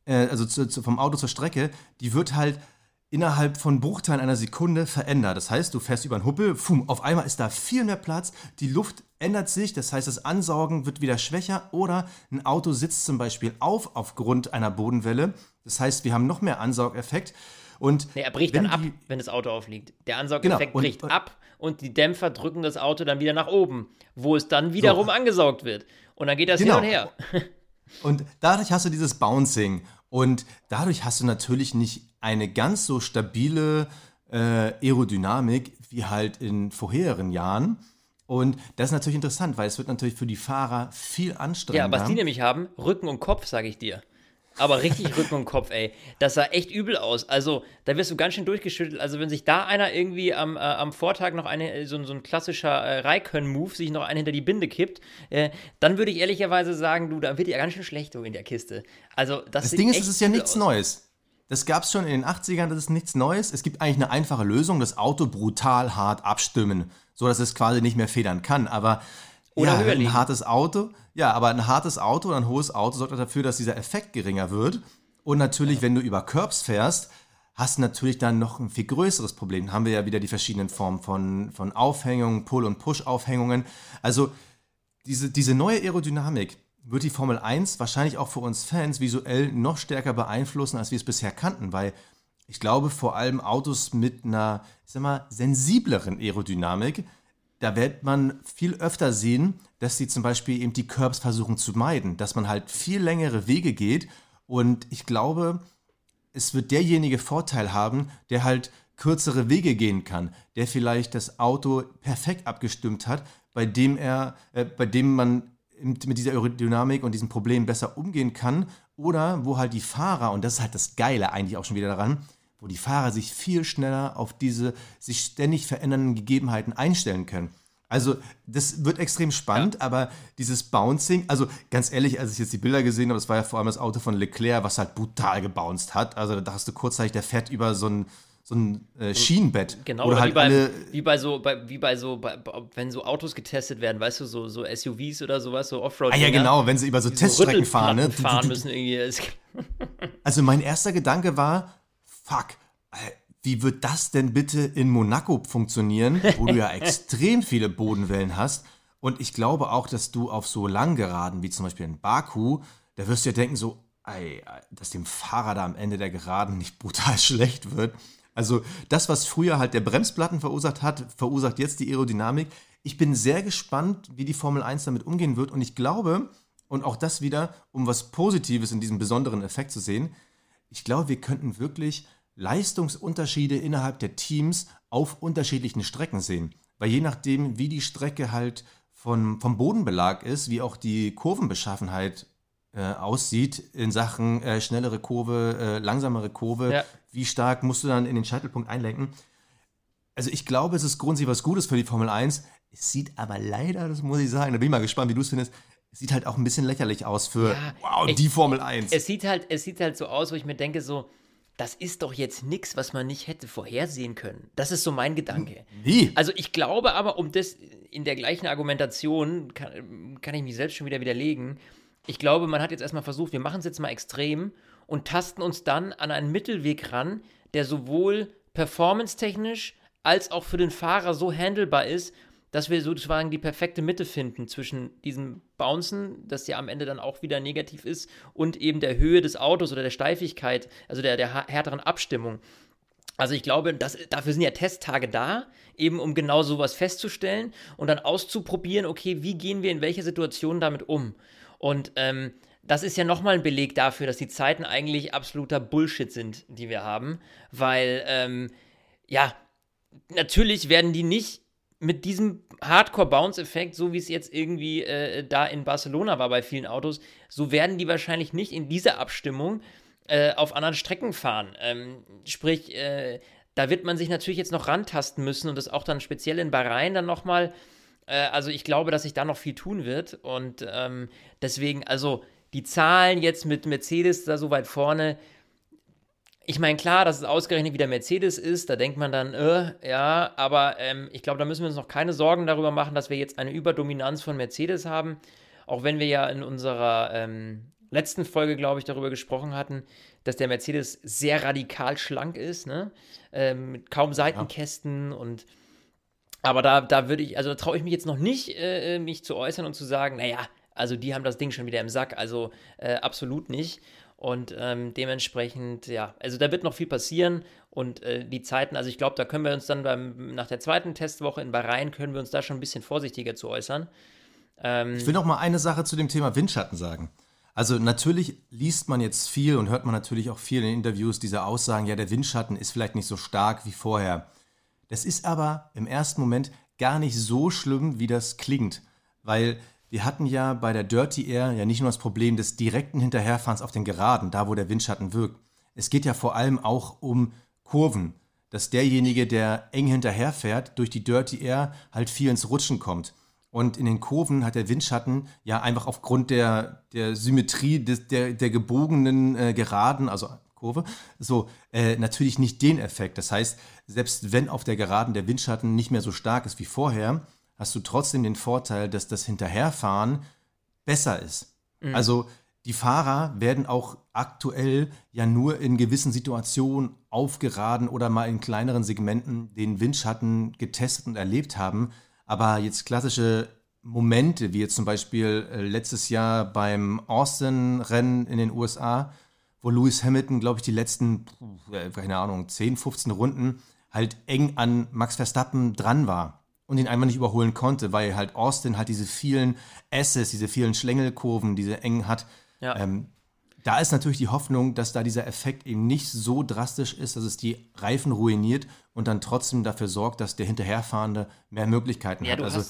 vom Auto zur Strecke, die wird halt innerhalb von Bruchteilen einer Sekunde verändert. Das heißt, du fährst über einen Huppel, auf einmal ist da viel mehr Platz, die Luft ändert sich, das heißt, das Ansaugen wird wieder schwächer oder ein Auto sitzt zum Beispiel aufgrund einer Bodenwelle. Das heißt, wir haben noch mehr Ansaugeffekt. Und er bricht dann ab, wenn das Auto aufliegt. Der Ansaugeffekt bricht ab und die Dämpfer drücken das Auto dann wieder nach oben, wo es dann wiederum angesaugt wird. Und dann geht das hin und her. Und dadurch hast du dieses Bouncing und dadurch hast du natürlich nicht eine ganz so stabile Aerodynamik wie halt in vorherigen Jahren. Und das ist natürlich interessant, weil es wird natürlich für die Fahrer viel anstrengender. Ja, was die nämlich haben, Rücken und Kopf, sage ich dir. Aber richtig Rücken und Kopf, ey. Das sah echt übel aus. Also, da wirst du ganz schön durchgeschüttelt. Also, wenn sich da einer irgendwie am Vortag noch so ein klassischer Raikön-Move sich noch einen hinter die Binde kippt, dann würde ich ehrlicherweise sagen, du, da wird ja ganz schön schlecht in der Kiste. Also, das Ding ist, es ist ja nichts Neues. Das gab es schon in den 80ern, das ist nichts Neues. Es gibt eigentlich eine einfache Lösung, das Auto brutal hart abstimmen, so dass es quasi nicht mehr federn kann. Aber oder ein hartes Auto, oder ein hohes Auto sorgt dafür, dass dieser Effekt geringer wird. Und natürlich, wenn du über Curbs fährst, hast du natürlich dann noch ein viel größeres Problem. Dann haben wir ja wieder die verschiedenen Formen von Aufhängungen, Pull- und Push-Aufhängungen. Also diese neue Aerodynamik wird die Formel 1 wahrscheinlich auch für uns Fans visuell noch stärker beeinflussen, als wir es bisher kannten, weil ich glaube, vor allem Autos mit einer, sensibleren Aerodynamik, da wird man viel öfter sehen, dass sie zum Beispiel eben die Curbs versuchen zu meiden, dass man halt viel längere Wege geht und ich glaube, es wird derjenige Vorteil haben, der halt kürzere Wege gehen kann, der vielleicht das Auto perfekt abgestimmt hat, bei dem man mit dieser Aerodynamik und diesem Problem besser umgehen kann oder wo halt die Fahrer, und das ist halt das Geile eigentlich auch schon wieder daran, wo die Fahrer sich viel schneller auf diese sich ständig verändernden Gegebenheiten einstellen können. Also das wird extrem spannend, aber dieses Bouncing, also ganz ehrlich, als ich jetzt die Bilder gesehen habe, das war ja vor allem das Auto von Leclerc, was halt brutal gebounced hat. Also da hast du kurzzeitig, der fährt über so ein Schienenbett. Genau, oder halt wenn so Autos getestet werden, weißt du, so SUVs oder sowas, so Offroad. Ja, genau, wenn sie über so Teststrecken fahren, ne? fahren müssen irgendwie. Also mein erster Gedanke war, fuck, wie wird das denn bitte in Monaco funktionieren, wo du ja extrem viele Bodenwellen hast? Und ich glaube auch, dass du auf so Langgeraden, wie zum Beispiel in Baku, da wirst du ja denken so, dass dem Fahrer da am Ende der Geraden nicht brutal schlecht wird. Also das, was früher halt der Bremsplatten verursacht hat, verursacht jetzt die Aerodynamik. Ich bin sehr gespannt, wie die Formel 1 damit umgehen wird. Und ich glaube, und auch das wieder, um was Positives in diesem besonderen Effekt zu sehen, ich glaube, wir könnten wirklich Leistungsunterschiede innerhalb der Teams auf unterschiedlichen Strecken sehen. Weil je nachdem, wie die Strecke halt vom Bodenbelag ist, wie auch die Kurvenbeschaffenheit aussieht in Sachen schnellere Kurve, langsamere Kurve, wie stark musst du dann in den Scheitelpunkt einlenken. Also ich glaube, es ist grundsätzlich was Gutes für die Formel 1. Es sieht aber leider, das muss ich sagen, da bin ich mal gespannt, wie du es findest, es sieht halt auch ein bisschen lächerlich aus für die Formel 1. Es sieht halt so aus, wo ich mir denke so, das ist doch jetzt nichts, was man nicht hätte vorhersehen können. Das ist so mein Gedanke. Wie? Also ich glaube aber, um das in der gleichen Argumentation kann ich mich selbst schon wieder widerlegen. Ich glaube, man hat jetzt erstmal versucht, wir machen es jetzt mal extrem und tasten uns dann an einen Mittelweg ran, der sowohl performance-technisch als auch für den Fahrer so handelbar ist, dass wir sozusagen die perfekte Mitte finden zwischen diesem Bouncen, das ja am Ende dann auch wieder negativ ist, und eben der Höhe des Autos oder der Steifigkeit, also der härteren Abstimmung. Also ich glaube, dafür sind ja Testtage da, eben um genau sowas festzustellen und dann auszuprobieren, okay, wie gehen wir in welcher Situation damit um? Und das ist ja nochmal ein Beleg dafür, dass die Zeiten eigentlich absoluter Bullshit sind, die wir haben, weil, natürlich werden die nicht mit diesem Hardcore-Bounce-Effekt, so wie es jetzt irgendwie da in Barcelona war bei vielen Autos, so werden die wahrscheinlich nicht in dieser Abstimmung auf anderen Strecken fahren. Sprich, da wird man sich natürlich jetzt noch rantasten müssen und das auch dann speziell in Bahrain dann nochmal. Also ich glaube, dass sich da noch viel tun wird und deswegen, also die Zahlen jetzt mit Mercedes da so weit vorne, ich meine, klar, dass es ausgerechnet wieder Mercedes ist, da denkt man dann, ja, aber ich glaube, da müssen wir uns noch keine Sorgen darüber machen, dass wir jetzt eine Überdominanz von Mercedes haben, auch wenn wir ja in unserer letzten Folge, glaube ich, darüber gesprochen hatten, dass der Mercedes sehr radikal schlank ist, ne? Mit kaum Seitenkästen und aber da würde ich, also da traue ich mich jetzt noch nicht, mich zu äußern und zu sagen, naja, also die haben das Ding schon wieder im Sack, also absolut nicht. Und dementsprechend, ja, also da wird noch viel passieren und die Zeiten, also ich glaube, da können wir uns dann nach der zweiten Testwoche in Bahrain, können wir uns da schon ein bisschen vorsichtiger zu äußern. Ich will noch mal eine Sache zu dem Thema Windschatten sagen. Also natürlich liest man jetzt viel und hört man natürlich auch viel in Interviews diese Aussagen, ja, der Windschatten ist vielleicht nicht so stark wie vorher. Das ist aber im ersten Moment gar nicht so schlimm, wie das klingt, weil wir hatten ja bei der Dirty Air ja nicht nur das Problem des direkten Hinterherfahrens auf den Geraden, da wo der Windschatten wirkt. Es geht ja vor allem auch um Kurven, dass derjenige, der eng hinterherfährt, durch die Dirty Air halt viel ins Rutschen kommt. Und in den Kurven hat der Windschatten ja einfach aufgrund der Symmetrie der gebogenen Geraden, also Kurve, so natürlich nicht den Effekt. Das heißt, selbst wenn auf der Geraden der Windschatten nicht mehr so stark ist wie vorher, hast du trotzdem den Vorteil, dass das Hinterherfahren besser ist. Mhm. Also die Fahrer werden auch aktuell ja nur in gewissen Situationen aufgeraden oder mal in kleineren Segmenten den Windschatten getestet und erlebt haben. Aber jetzt klassische Momente, wie jetzt zum Beispiel letztes Jahr beim Austin-Rennen in den USA, wo Lewis Hamilton, glaube ich, die letzten, keine Ahnung, 10, 15 Runden halt eng an Max Verstappen dran war und ihn einfach nicht überholen konnte, weil halt Austin halt diese vielen S's, diese vielen Schlängelkurven, diese engen hat. Ja. Da ist natürlich die Hoffnung, dass da dieser Effekt eben nicht so drastisch ist, dass es die Reifen ruiniert und dann trotzdem dafür sorgt, dass der Hinterherfahrende mehr Möglichkeiten hat. Also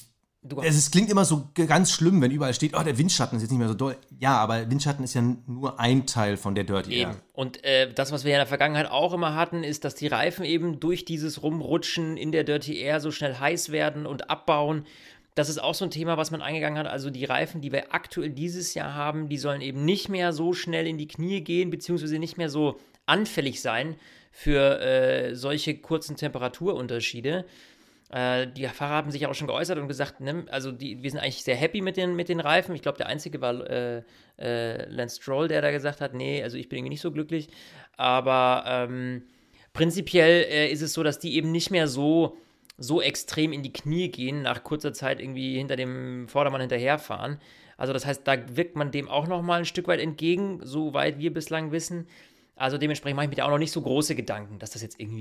es klingt immer so ganz schlimm, wenn überall steht, oh, der Windschatten ist jetzt nicht mehr so doll. Ja, aber Windschatten ist ja nur ein Teil von der Dirty Air. Und das, was wir ja in der Vergangenheit auch immer hatten, ist, dass die Reifen eben durch dieses Rumrutschen in der Dirty Air so schnell heiß werden und abbauen. Das ist auch so ein Thema, was man eingegangen hat. Also die Reifen, die wir aktuell dieses Jahr haben, die sollen eben nicht mehr so schnell in die Knie gehen, beziehungsweise nicht mehr so anfällig sein für solche kurzen Temperaturunterschiede. Die Fahrer haben sich auch schon geäußert und gesagt, ne, also wir sind eigentlich sehr happy mit den Reifen. Ich glaube, der Einzige war Lance Stroll, der da gesagt hat, nee, also ich bin irgendwie nicht so glücklich. Aber prinzipiell ist es so, dass die eben nicht mehr so extrem in die Knie gehen, nach kurzer Zeit irgendwie hinter dem Vordermann hinterherfahren. Also das heißt, da wirkt man dem auch nochmal ein Stück weit entgegen, soweit wir bislang wissen. Also dementsprechend mache ich mir da auch noch nicht so große Gedanken, dass das jetzt irgendwie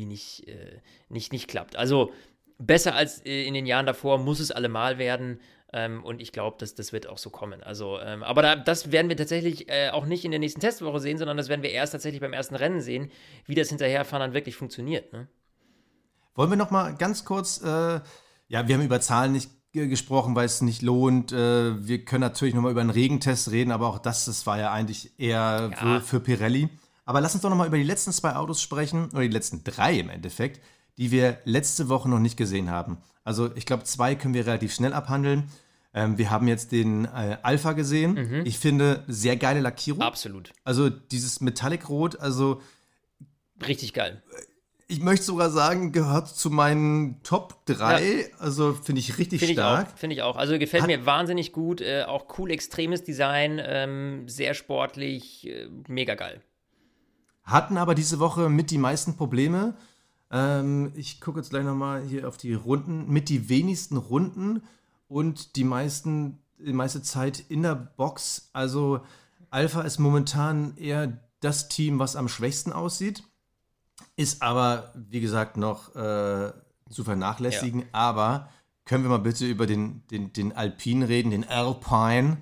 nicht klappt. Also besser als in den Jahren davor muss es allemal werden und ich glaube, das wird auch so kommen. Also, aber das werden wir tatsächlich auch nicht in der nächsten Testwoche sehen, sondern das werden wir erst tatsächlich beim ersten Rennen sehen, wie das Hinterherfahren dann wirklich funktioniert, ne? Wollen wir noch mal ganz kurz, wir haben über Zahlen nicht gesprochen, weil es nicht lohnt. Wir können natürlich noch mal über einen Regentest reden, aber auch das war ja eigentlich eher für Pirelli. Aber lass uns doch noch mal über die letzten 2 Autos sprechen, oder die letzten 3 im Endeffekt, die wir letzte Woche noch nicht gesehen haben. Also ich glaube, 2 können wir relativ schnell abhandeln. Wir haben jetzt den Alpha gesehen. Mhm. Ich finde, sehr geile Lackierung. Absolut. Also dieses Metallic-Rot, also richtig geil. Ich möchte sogar sagen, gehört zu meinen Top 3. Ja. Also finde ich richtig stark. Finde ich auch. Also gefällt mir wahnsinnig gut. Auch cool, extremes Design. Sehr sportlich. Mega geil. Hatten aber diese Woche mit die meisten Probleme. Ich gucke jetzt gleich nochmal hier auf die Runden. Mit die wenigsten Runden und die meiste Zeit in der Box. Also Alpha ist momentan eher das Team, was am schwächsten aussieht. Ist aber, wie gesagt, noch zu vernachlässigen. Ja. Aber können wir mal bitte über den Alpine reden, den Alpine?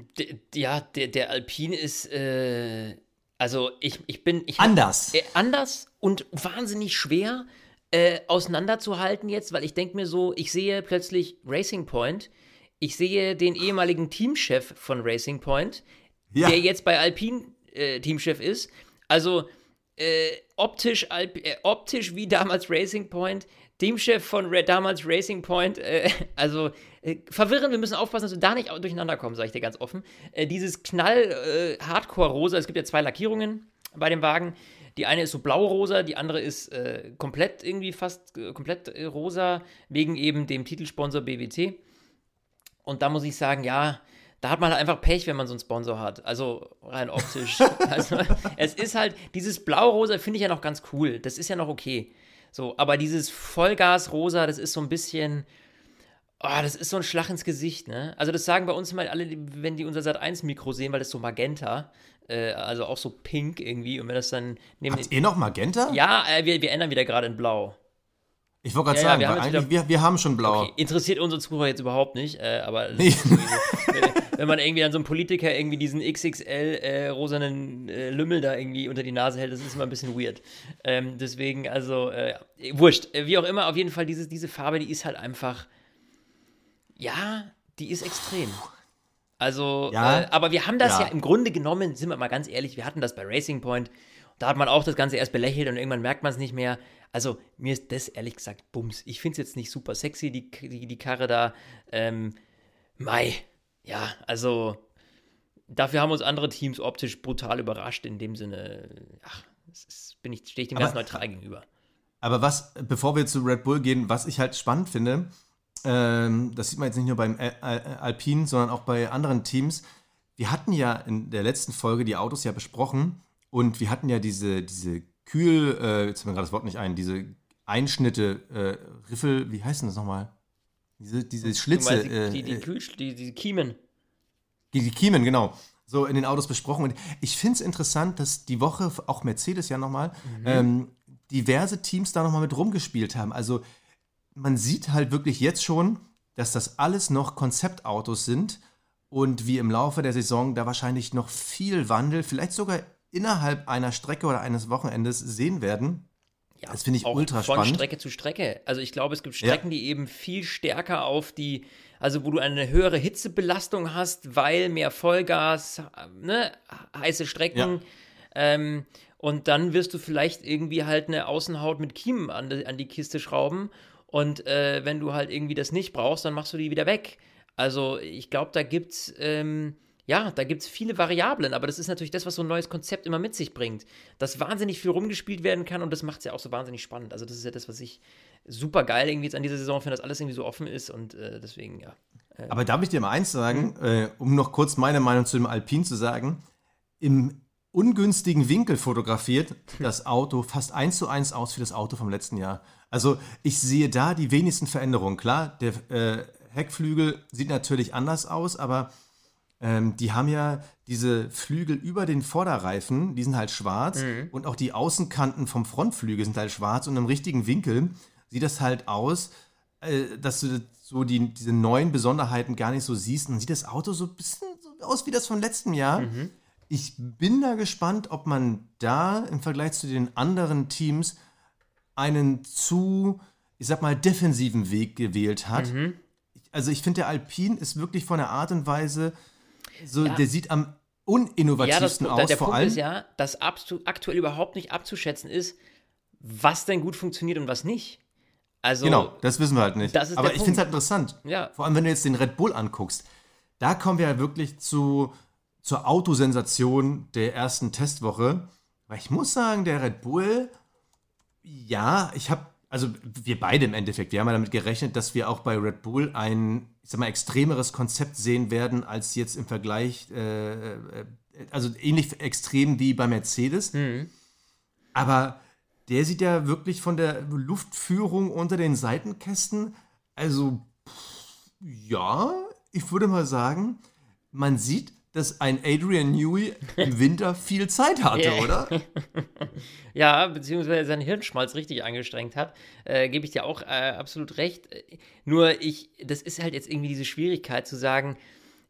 Der Alpine ist, also ich bin anders. Anders und wahnsinnig schwer auseinanderzuhalten jetzt, weil ich denke mir so, ich sehe plötzlich Racing Point, ich sehe den ehemaligen Teamchef von Racing Point, der jetzt bei Alpine Teamchef ist. Also optisch wie damals Racing Point, Teamchef von damals Racing Point, verwirrend, wir müssen aufpassen, dass wir da nicht durcheinander kommen, sage ich dir ganz offen. Dieses Hardcore-Rosa, es gibt ja 2 Lackierungen bei dem Wagen. Die eine ist so blau-rosa, die andere ist komplett rosa, wegen eben dem Titelsponsor BWT. Und da muss ich sagen, ja, da hat man halt einfach Pech, wenn man so einen Sponsor hat. Also rein optisch. Also, es ist halt, dieses Blau-Rosa finde ich ja noch ganz cool. Das ist ja noch okay. So, aber dieses Vollgas-Rosa, das ist so ein bisschen, das ist so ein Schlag ins Gesicht, ne? Also das sagen bei uns mal alle, wenn die unser Sat.1-Mikro sehen, weil das so Magenta, also auch so pink irgendwie. Und wenn das dann... Habt ihr noch Magenta? Ja, wir ändern wieder gerade in Blau. Ich wollte gerade sagen, weil eigentlich, wir haben schon Blau. Okay, interessiert unsere Zuhörer jetzt überhaupt nicht, aber nee. wenn man irgendwie an so einem Politiker irgendwie diesen XXL rosanen Lümmel da irgendwie unter die Nase hält, das ist immer ein bisschen weird. Deswegen, also, wurscht. Wie auch immer, auf jeden Fall, diese Farbe, die ist halt einfach, ja, die ist extrem. Also, aber wir haben das ja im Grunde genommen, sind wir mal ganz ehrlich, wir hatten das bei Racing Point. Da hat man auch das Ganze erst belächelt und irgendwann merkt man es nicht mehr. Also, mir ist das ehrlich gesagt Bums. Ich finde es jetzt nicht super sexy, die Karre da. Ja, also, dafür haben uns andere Teams optisch brutal überrascht. In dem Sinne, stehe ich dem ganz neutral gegenüber. Aber bevor wir zu Red Bull gehen, was ich halt spannend finde, das sieht man jetzt nicht nur beim Alpine, sondern auch bei anderen Teams. Wir hatten ja in der letzten Folge die Autos ja besprochen. Und wir hatten ja diese jetzt fällt mir gerade das Wort nicht ein, diese Einschnitte, Riffel, wie heißt denn das nochmal? Diese Schlitze. Die Kiemen. Die Kiemen, genau. So in den Autos besprochen. Und ich finde es interessant, dass die Woche auch Mercedes ja nochmal diverse Teams da nochmal mit rumgespielt haben. Also man sieht halt wirklich jetzt schon, dass das alles noch Konzeptautos sind und wir im Laufe der Saison da wahrscheinlich noch viel Wandel, vielleicht sogar innerhalb einer Strecke oder eines Wochenendes sehen werden. Ja, das finde ich auch ultra spannend. Von Strecke zu Strecke. Also ich glaube, es gibt Strecken, die eben viel stärker also wo du eine höhere Hitzebelastung hast, weil mehr Vollgas, ne, heiße Strecken. Ja. Und dann wirst du vielleicht irgendwie halt eine Außenhaut mit Kiemen an die Kiste schrauben. Und wenn du halt irgendwie das nicht brauchst, dann machst du die wieder weg. Also ich glaube, da gibt's viele Variablen, aber das ist natürlich das, was so ein neues Konzept immer mit sich bringt. Dass wahnsinnig viel rumgespielt werden kann und das macht es ja auch so wahnsinnig spannend. Also das ist ja das, was ich super geil irgendwie jetzt an dieser Saison finde, dass alles irgendwie so offen ist und deswegen, ja. Aber darf ich dir mal eins sagen, um noch kurz meine Meinung zu dem Alpine zu sagen, im ungünstigen Winkel fotografiert das Auto fast 1:1 aus wie das Auto vom letzten Jahr. Also ich sehe da die wenigsten Veränderungen. Klar, der Heckflügel sieht natürlich anders aus, aber die haben ja diese Flügel über den Vorderreifen, die sind halt schwarz und auch die Außenkanten vom Frontflügel sind halt schwarz und im richtigen Winkel sieht das halt aus, dass du so diese neuen Besonderheiten gar nicht so siehst. Und dann sieht das Auto so ein bisschen so aus wie das von letztem Jahr. Ich bin da gespannt, ob man da im Vergleich zu den anderen Teams einen ich sag mal, defensiven Weg gewählt hat. Also ich finde, der Alpine ist wirklich von der Art und Weise der sieht am uninnovativsten aus. Der vor Punkt allem. ist ja, dass aktuell überhaupt nicht abzuschätzen ist, was denn gut funktioniert und was nicht. Also, genau, das wissen wir halt nicht. Aber ich finde es halt interessant. Ja. Vor allem, wenn du jetzt den Red Bull anguckst. Da kommen wir ja wirklich zur Autosensation der ersten Testwoche. Weil ich muss sagen, der Red Bull, ja, also wir beide im Endeffekt, wir haben ja damit gerechnet, dass wir auch bei Red Bull ein, ich sag mal, extremeres Konzept sehen werden, als jetzt im Vergleich, also ähnlich extrem wie bei Mercedes. Aber der sieht ja wirklich von der Luftführung unter den Seitenkästen, also ja, ich würde mal sagen, man sieht, dass ein Adrian Newey im Winter viel Zeit hatte, oder? Ja, beziehungsweise sein Hirnschmalz richtig angestrengt hat, gebe ich dir auch absolut recht. Nur das ist halt jetzt irgendwie diese Schwierigkeit zu sagen,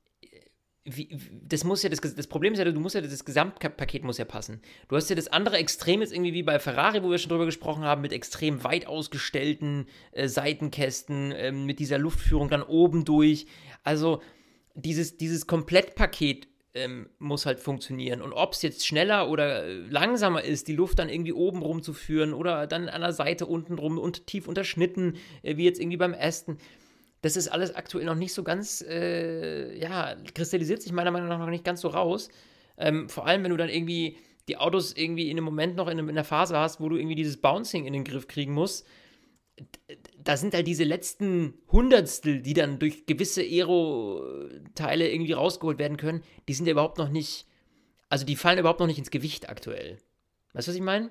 das Problem ist ja, das Gesamtpaket muss ja passen. Du hast ja das andere Extrem jetzt irgendwie wie bei Ferrari, wo wir schon drüber gesprochen haben, mit extrem weit ausgestellten Seitenkästen, mit dieser Luftführung dann oben durch. Also dieses Komplettpaket muss halt funktionieren. Und ob es jetzt schneller oder langsamer ist, die Luft dann irgendwie oben rumzuführen oder dann an der Seite unten rum und tief unterschnitten, wie jetzt irgendwie beim Aston. Das ist alles aktuell noch nicht so ganz, kristallisiert sich meiner Meinung nach noch nicht ganz so raus. Vor allem, wenn du dann irgendwie die Autos irgendwie in einem Moment noch in der Phase hast, wo du irgendwie dieses Bouncing in den Griff kriegen musst. Da sind halt diese letzten Hundertstel, die dann durch gewisse Aero-Teile irgendwie rausgeholt werden können, die sind ja überhaupt noch nicht, also die fallen überhaupt noch nicht ins Gewicht aktuell. Weißt du, was ich meine?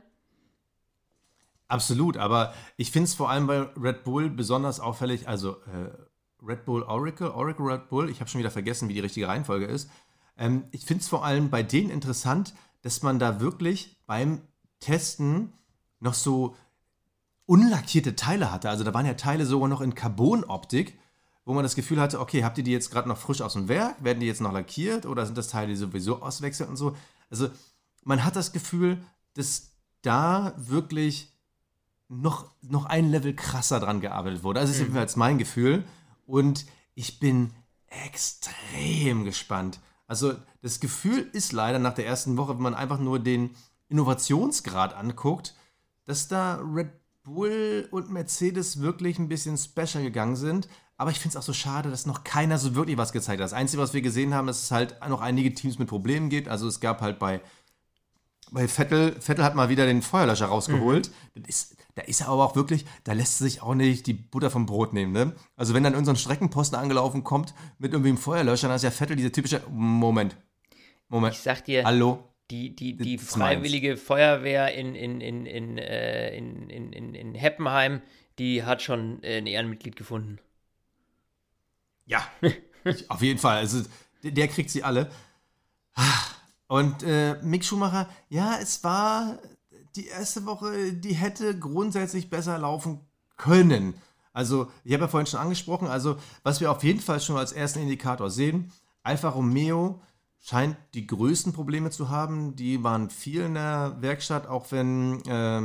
Absolut, aber ich finde es vor allem bei Red Bull besonders auffällig, also Red Bull Oracle Red Bull, ich habe schon wieder vergessen, wie die richtige Reihenfolge ist. Ich finde es vor allem bei denen interessant, dass man da wirklich beim Testen noch so unlackierte Teile hatte. Also da waren ja Teile sogar noch in Carbon-Optik, wo man das Gefühl hatte, okay, habt ihr die jetzt gerade noch frisch aus dem Werk? Werden die jetzt noch lackiert oder sind das Teile, die sowieso auswechseln und so? Also man hat das Gefühl, dass da wirklich noch ein Level krasser dran gearbeitet wurde. Also das ist jedenfalls mein Gefühl. Und ich bin extrem gespannt. Also das Gefühl ist leider nach der ersten Woche, wenn man einfach nur den Innovationsgrad anguckt, dass da Red Bull und Mercedes wirklich ein bisschen special gegangen sind. Aber ich finde es auch so schade, dass noch keiner so wirklich was gezeigt hat. Das Einzige, was wir gesehen haben, ist, dass es halt noch einige Teams mit Problemen gibt. Also es gab halt bei Vettel hat mal wieder den Feuerlöscher rausgeholt. Da ist er aber auch wirklich, da lässt sich auch nicht die Butter vom Brot nehmen. Ne? Also wenn dann irgendein Streckenposten angelaufen kommt mit irgendwie einem Feuerlöscher, dann ist ja Vettel dieser typische, Moment. Ich sag dir, hallo? Die freiwillige Feuerwehr in Heppenheim, die hat schon ein Ehrenmitglied gefunden. Ja, auf jeden Fall. Also der kriegt sie alle. Und Mick Schumacher, ja, es war die erste Woche, die hätte grundsätzlich besser laufen können. Also, ich habe ja vorhin schon angesprochen, also was wir auf jeden Fall schon als ersten Indikator sehen, Alfa Romeo scheint die größten Probleme zu haben. Die waren viel in der Werkstatt, auch wenn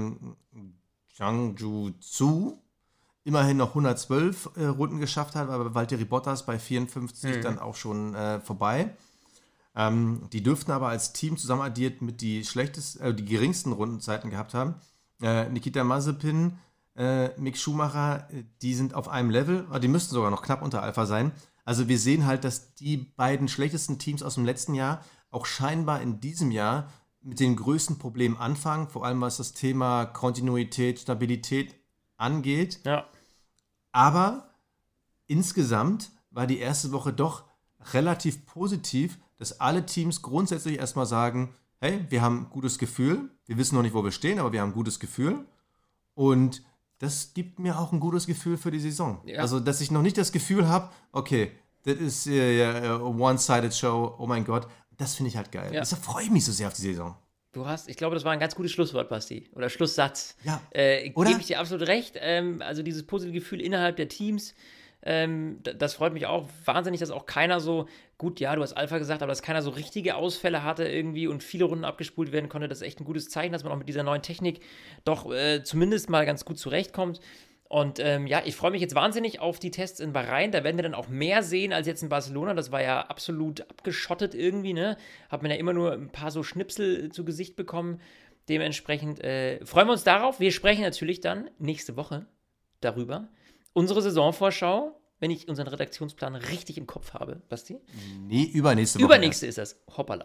Zhang Zhu immerhin noch 112 Runden geschafft hat, aber Valtteri Bottas bei 54 dann auch schon vorbei. Die dürften aber als Team zusammen addiert mit die geringsten Rundenzeiten gehabt haben. Nikita Mazepin, Mick Schumacher, die sind auf einem Level, aber die müssten sogar noch knapp unter Alpha sein. Also wir sehen halt, dass die beiden schlechtesten Teams aus dem letzten Jahr auch scheinbar in diesem Jahr mit den größten Problemen anfangen, vor allem was das Thema Kontinuität, Stabilität angeht. Ja. Aber insgesamt war die erste Woche doch relativ positiv, dass alle Teams grundsätzlich erstmal sagen, hey, wir haben ein gutes Gefühl, wir wissen noch nicht, wo wir stehen, aber wir haben ein gutes Gefühl und das gibt mir auch ein gutes Gefühl für die Saison. Ja. Also, dass ich noch nicht das Gefühl habe, okay, das ist a one-sided show, oh mein Gott, das finde ich halt geil. Ja. Deshalb freue ich mich so sehr auf die Saison. Ich glaube, das war ein ganz gutes Schlusswort, Basti. Oder Schlusssatz. Ja. Gebe ich dir absolut recht. Also dieses positive Gefühl innerhalb der Teams, das freut mich auch wahnsinnig, dass auch keiner so, gut, ja, du hast Alpha gesagt, aber dass keiner so richtige Ausfälle hatte irgendwie und viele Runden abgespult werden konnte. Das ist echt ein gutes Zeichen, dass man auch mit dieser neuen Technik doch zumindest mal ganz gut zurechtkommt. Und ich freue mich jetzt wahnsinnig auf die Tests in Bahrain. Da werden wir dann auch mehr sehen als jetzt in Barcelona. Das war ja absolut abgeschottet irgendwie, ne? Hat man ja immer nur ein paar so Schnipsel zu Gesicht bekommen. Dementsprechend freuen wir uns darauf. Wir sprechen natürlich dann nächste Woche darüber. Unsere Saisonvorschau, wenn ich unseren Redaktionsplan richtig im Kopf habe, Basti? Nee, übernächste Woche. Übernächste ist das. Hoppala.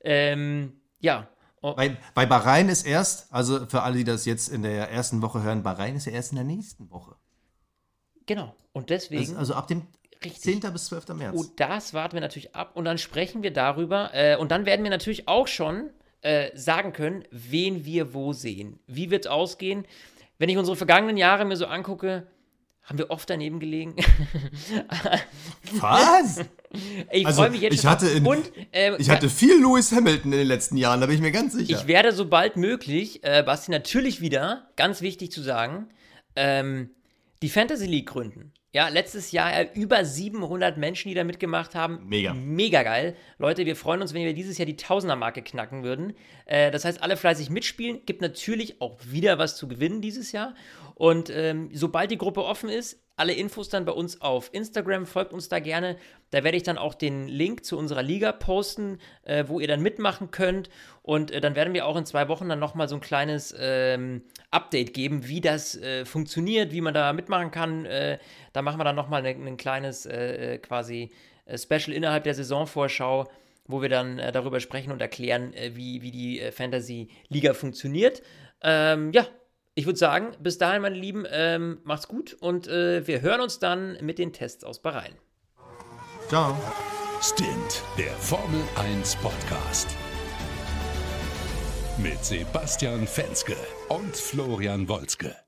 Ja. Bei Bahrain ist erst, also für alle, die das jetzt in der ersten Woche hören, Bahrain ist ja erst in der nächsten Woche. Genau. Und deswegen. Also ab dem 10. bis 12. März. Und das warten wir natürlich ab und dann sprechen wir darüber. Und dann werden wir natürlich auch schon sagen können, wen wir wo sehen. Wie wird es ausgehen? Wenn ich unsere vergangenen Jahre mir so angucke, haben wir oft daneben gelegen. Was? Ich freue mich jetzt ich schon. Ich hatte viel Lewis Hamilton in den letzten Jahren, da bin ich mir ganz sicher. Ich werde so bald möglich, Basti, natürlich wieder, ganz wichtig zu sagen, die Fantasy League gründen. Ja, letztes Jahr über 700 Menschen, die da mitgemacht haben. Mega. Mega geil. Leute, wir freuen uns, wenn wir dieses Jahr die Tausender-Marke knacken würden. Das heißt, alle fleißig mitspielen. Gibt natürlich auch wieder was zu gewinnen dieses Jahr. Und sobald die Gruppe offen ist, alle Infos dann bei uns auf Instagram. Folgt uns da gerne. Da werde ich dann auch den Link zu unserer Liga posten, wo ihr dann mitmachen könnt. Und dann werden wir auch in 2 Wochen dann nochmal so ein kleines Update geben, wie das funktioniert, wie man da mitmachen kann. Da machen wir dann nochmal ein kleines quasi Special innerhalb der Saisonvorschau, wo wir dann darüber sprechen und erklären, wie die Fantasy-Liga funktioniert. Ich würde sagen, bis dahin, meine Lieben, macht's gut und wir hören uns dann mit den Tests aus Bahrain. Ciao. Stint, der Formel 1 Podcast. Mit Sebastian Fenske und Florian Wolzke.